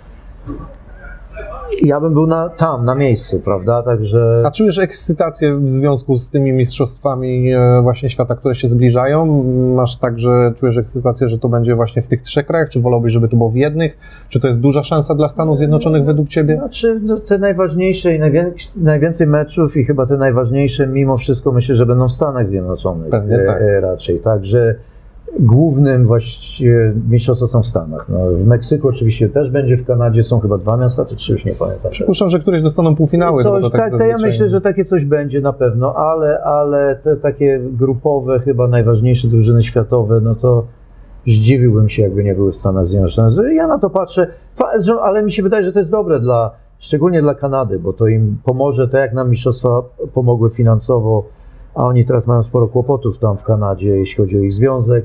ja bym był na, tam, na miejscu, prawda, także... A czujesz ekscytację w związku z tymi mistrzostwami e, właśnie świata, które się zbliżają? Masz tak, że czujesz ekscytację, że to będzie właśnie w tych trzech krajach? Czy wolałbyś, żeby to było w jednych? Czy to jest duża szansa dla Stanów Zjednoczonych według ciebie? Znaczy, no, te najważniejsze i najwięcej, najwięcej meczów i chyba te najważniejsze mimo wszystko myślę, że będą w Stanach Zjednoczonych. Pewnie tak. e, raczej, także głównym właściwie mistrzostwa są w Stanach. No, w Meksyku oczywiście też będzie, w Kanadzie są chyba dwa miasta, czy trzy, już nie pamiętam. Przypuszczam, że któreś dostaną półfinały. Coś, to tak, tak, to ja myślę, że takie coś będzie na pewno, ale, ale te takie grupowe, chyba najważniejsze drużyny światowe, no to zdziwiłbym się, jakby nie były w Stanach Zjednoczonych. Ja na to patrzę, ale mi się wydaje, że to jest dobre dla, szczególnie dla Kanady, bo to im pomoże, tak jak nam mistrzostwa pomogły finansowo, a oni teraz mają sporo kłopotów tam w Kanadzie, jeśli chodzi o ich związek.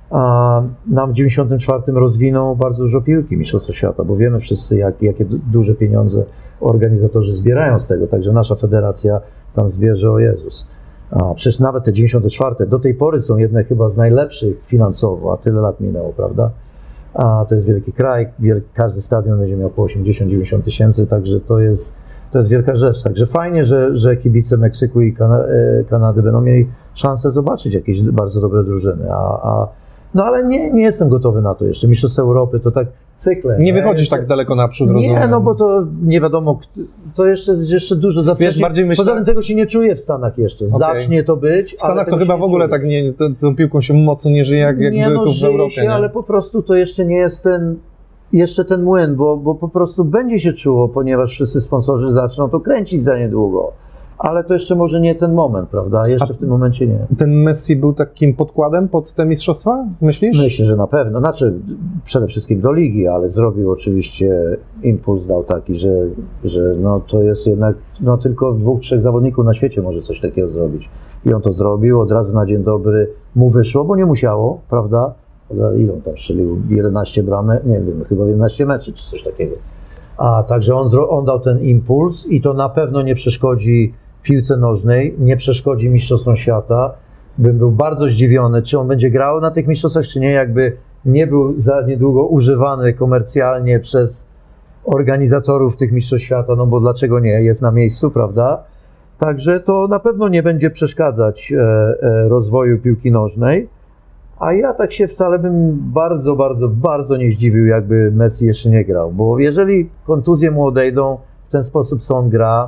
A nam w dziewięćdziesiątym czwartym rozwinął bardzo dużo piłki Mistrzostwa Świata, bo wiemy wszyscy, jak, jakie duże pieniądze organizatorzy zbierają z tego, także nasza federacja tam zbierze, o Jezus. A przecież nawet te dziewięćdziesiąte czwarte do tej pory są jedne chyba z najlepszych finansowo, a tyle lat minęło, prawda? A to jest wielki kraj, wielki, każdy stadion będzie miał po osiemdziesiąt dziewięćdziesiąt tysięcy, także to jest, to jest wielka rzecz. Także fajnie, że, że kibice Meksyku i Kana- Kanady będą mieli szansę zobaczyć jakieś bardzo dobre drużyny, a, a no ale nie, nie jestem gotowy na to jeszcze. Mistrzostwa Europy to tak cykle. Nie wychodzisz tak daleko naprzód, Nie, rozumiem. no bo to nie wiadomo, to jeszcze, jeszcze dużo za wcześnie. bardziej myślę- Poza tym tego się nie czuje w Stanach jeszcze. Zacznie to być, W Stanach ale to tego chyba się w ogóle czuje. tak nie, to, tą piłką się mocno nie żyje, jak, jak nie, no, tu w żyje Europie. się, nie? ale po prostu to jeszcze nie jest ten, jeszcze ten młyn, bo, bo po prostu będzie się czuło, ponieważ wszyscy sponsorzy zaczną to kręcić za niedługo. Ale to jeszcze może nie ten moment, prawda? Jeszcze A w tym momencie nie. Ten Messi był takim podkładem pod te mistrzostwa, myślisz? Myślę, że na pewno. Znaczy, przede wszystkim do ligi, ale zrobił oczywiście, impuls dał taki, że, że no to jest jednak, no tylko dwóch, trzech zawodników na świecie może coś takiego zrobić. I on to zrobił, od razu na dzień dobry mu wyszło, bo nie musiało, prawda? Ile on tam strzelił? jedenaście bramek? Nie wiem, chyba jedenaście meczy, czy coś takiego. A także on, zro, on dał ten impuls i to na pewno nie przeszkodzi piłce nożnej, nie przeszkodzi mistrzostwom świata. Bym był bardzo zdziwiony, czy on będzie grał na tych mistrzostwach, czy nie, jakby nie był za niedługo używany komercjalnie przez organizatorów tych mistrzostw świata, no bo dlaczego nie, jest na miejscu, prawda? Także to na pewno nie będzie przeszkadzać e, e, rozwoju piłki nożnej, a ja tak się wcale bym bardzo, bardzo, bardzo nie zdziwił, jakby Messi jeszcze nie grał, bo jeżeli kontuzje mu odejdą w ten sposób, co on gra,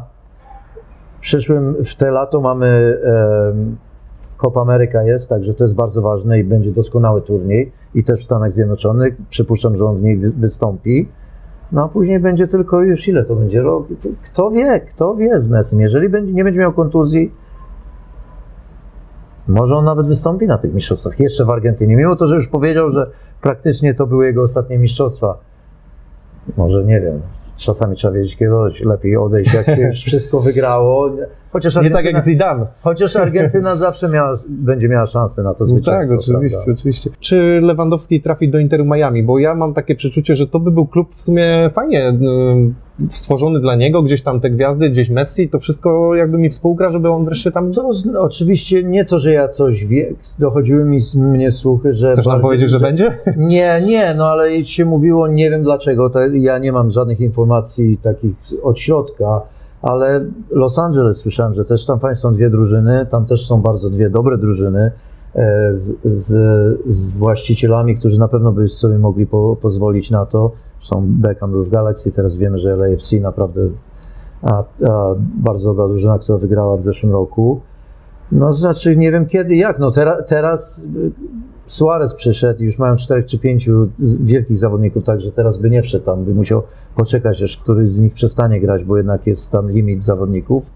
w przyszłym, w te lato mamy um, Copa America jest, także to jest bardzo ważne i będzie doskonały turniej i też w Stanach Zjednoczonych, przypuszczam, że on w niej wy, wystąpi, no a później będzie tylko już ile to będzie rok, kto wie, kto wie z Messim, jeżeli będzie, nie będzie miał kontuzji, może on nawet wystąpi na tych mistrzostwach, jeszcze w Argentynie, mimo to, że już powiedział, że praktycznie to były jego ostatnie mistrzostwa, może nie wiem, czasami trzeba wiedzieć, kiedy lepiej odejść, jak się już wszystko wygrało, chociaż Nie Argentyna, tak jak Zidane. chociaż Argentyna zawsze miała, będzie miała szansę na to No zwycięstwo. tak, oczywiście, prawda? oczywiście. Czy Lewandowski trafi do Interu Miami? Bo ja mam takie przeczucie, że to by był klub w sumie fajnie y, stworzony dla niego, gdzieś tam te gwiazdy, gdzieś Messi, to wszystko jakby mi współgra, żeby on wreszcie tam... To z- oczywiście nie to, że ja coś wie, dochodziły mi z mnie słuchy, że... Chcesz nam bardziej- powiedzieć, że będzie? Nie, nie, no ale się mówiło, nie wiem dlaczego, to ja nie mam żadnych informacji takich od środka, ale Los Angeles słyszałem, że też tam fajnie są dwie drużyny, tam też są bardzo dwie dobre drużyny e, z, z, z właścicielami, którzy na pewno by sobie mogli po, pozwolić na to. Zresztą Beckham był w Galaxy, teraz wiemy, że L A F C naprawdę a, a, bardzo dobra drużyna, która wygrała w zeszłym roku. No znaczy nie wiem kiedy, jak, no tera, teraz Suarez przyszedł i już mają czterech czy pięciu wielkich zawodników, także teraz by nie wszedł tam, by musiał poczekać, aż któryś z nich przestanie grać, bo jednak jest tam limit zawodników.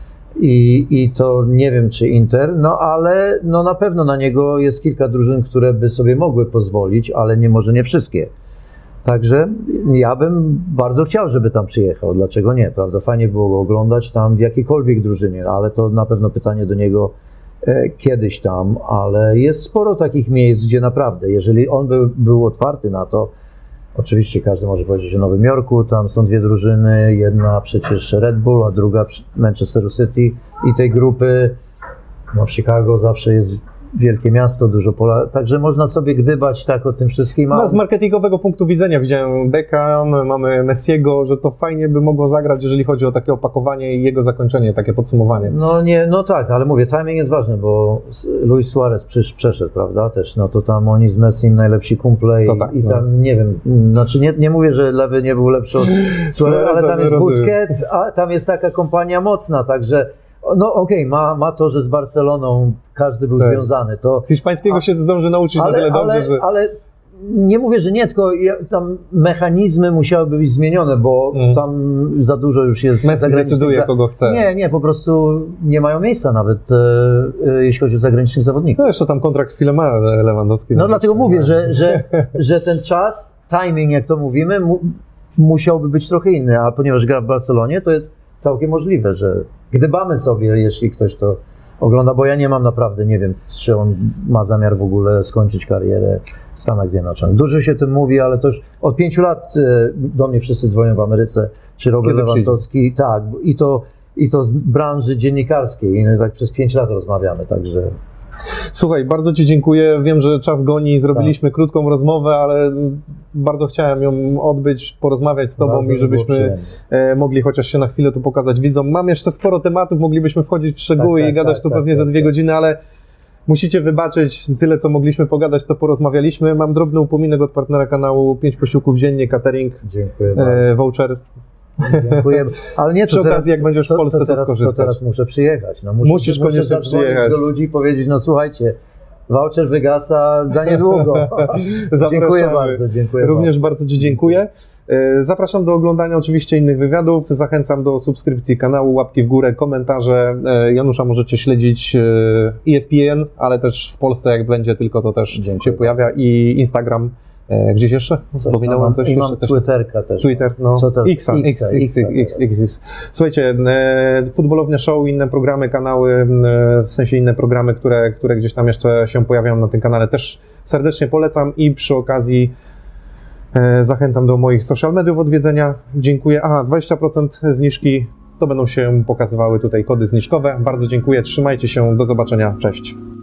I, I to nie wiem, czy Inter, no ale no na pewno na niego jest kilka drużyn, które by sobie mogły pozwolić, ale nie może nie wszystkie. Także ja bym bardzo chciał, żeby tam przyjechał. Dlaczego nie, prawda? Fajnie było go oglądać tam w jakiejkolwiek drużynie, ale to na pewno pytanie do niego e, kiedyś tam, ale jest sporo takich miejsc, gdzie naprawdę, jeżeli on był, był otwarty na to, oczywiście każdy może powiedzieć o Nowym Jorku, tam są dwie drużyny, jedna przecież Red Bull, a druga Manchester City i tej grupy, no w Chicago zawsze jest wielkie miasto, dużo pola, także można sobie gdybać tak o tym wszystkim. No, z marketingowego punktu widzenia widziałem Beckham, mamy Messiego, że to fajnie by mogło zagrać, jeżeli chodzi o takie opakowanie i jego zakończenie, takie podsumowanie. No nie, no tak, ale mówię, timing jest ważny, bo Luis Suarez przysz, przeszedł, prawda, też, no to tam oni z Messim najlepsi kumple i, tak, i no. tam, nie wiem, znaczy nie, nie mówię, że lewy nie był lepszy od Suarez, ale tam jest rozumiem. Busquets, a tam jest taka kompania mocna, także no okej, okay, ma, ma to, że z Barceloną każdy był tak. związany, to... Hiszpańskiego a, się zdąży nauczyć ale, na tyle dobrze, ale, że... ale nie mówię, że nie, tylko ja, tam mechanizmy musiałyby być zmienione, bo mm. tam za dużo już jest... Messi decyduje, za... kogo chce. Nie, nie, po prostu nie mają miejsca nawet, e, e, jeśli chodzi o zagranicznych zawodników. No jeszcze tam kontrakt chwilę ma Lewandowski. No dlatego mówię, że, że, że ten czas, timing, jak to mówimy, mu, musiałby być trochę inny, a ponieważ gra w Barcelonie, to jest całkiem możliwe, że gdybamy sobie, jeśli ktoś to ogląda, bo ja nie mam naprawdę, nie wiem, czy on ma zamiar w ogóle skończyć karierę w Stanach Zjednoczonych. Dużo się o tym mówi, ale to już od pięciu lat do mnie wszyscy dzwonią w Ameryce, czy Robert Kiedy Lewandowski, tak, i to, i to z branży dziennikarskiej, i tak przez pięć lat rozmawiamy, także... Słuchaj, bardzo Ci dziękuję. Wiem, że czas goni, zrobiliśmy tak. krótką rozmowę, ale bardzo chciałem ją odbyć, porozmawiać z Tobą bardzo i żebyśmy mogli chociaż się na chwilę tu pokazać widzom. Mam jeszcze sporo tematów, moglibyśmy wchodzić w szczegóły tak, tak, i gadać tak, tu tak, pewnie tak, za dwie tak. godziny, ale musicie wybaczyć, tyle co mogliśmy pogadać, to porozmawialiśmy. Mam drobny upominek od partnera kanału, pięć posiłków dziennie, catering, dziękuję e, voucher. Dziękuję. Ale nie, Przy okazji, teraz, jak będziesz w Polsce, to, to, teraz, to skorzystasz. To teraz muszę przyjechać. No, muszę, Musisz muszę koniecznie przyjechać. do ludzi i powiedzieć, no słuchajcie, voucher wygasa za niedługo. Dziękuję bardzo. Dziękuję Również bardzo. bardzo Ci dziękuję. Zapraszam do oglądania oczywiście innych wywiadów. Zachęcam do subskrypcji kanału, łapki w górę, komentarze. Janusza możecie śledzić E S P N, ale też w Polsce jak będzie, tylko to też dziękuję. się pojawia i Instagram. Gdzieś jeszcze? Pominąłem coś I mam Twitterka też. Twitter, no. Co to X, X, X, X, X. Słuchajcie, futbolownia show, inne programy, kanały, w sensie inne programy, które, które gdzieś tam jeszcze się pojawiają na tym kanale, też serdecznie polecam i przy okazji zachęcam do moich social mediów odwiedzenia. Dziękuję. Aha, dwadzieścia procent zniżki, to będą się pokazywały tutaj kody zniżkowe. Bardzo dziękuję, trzymajcie się, do zobaczenia, cześć.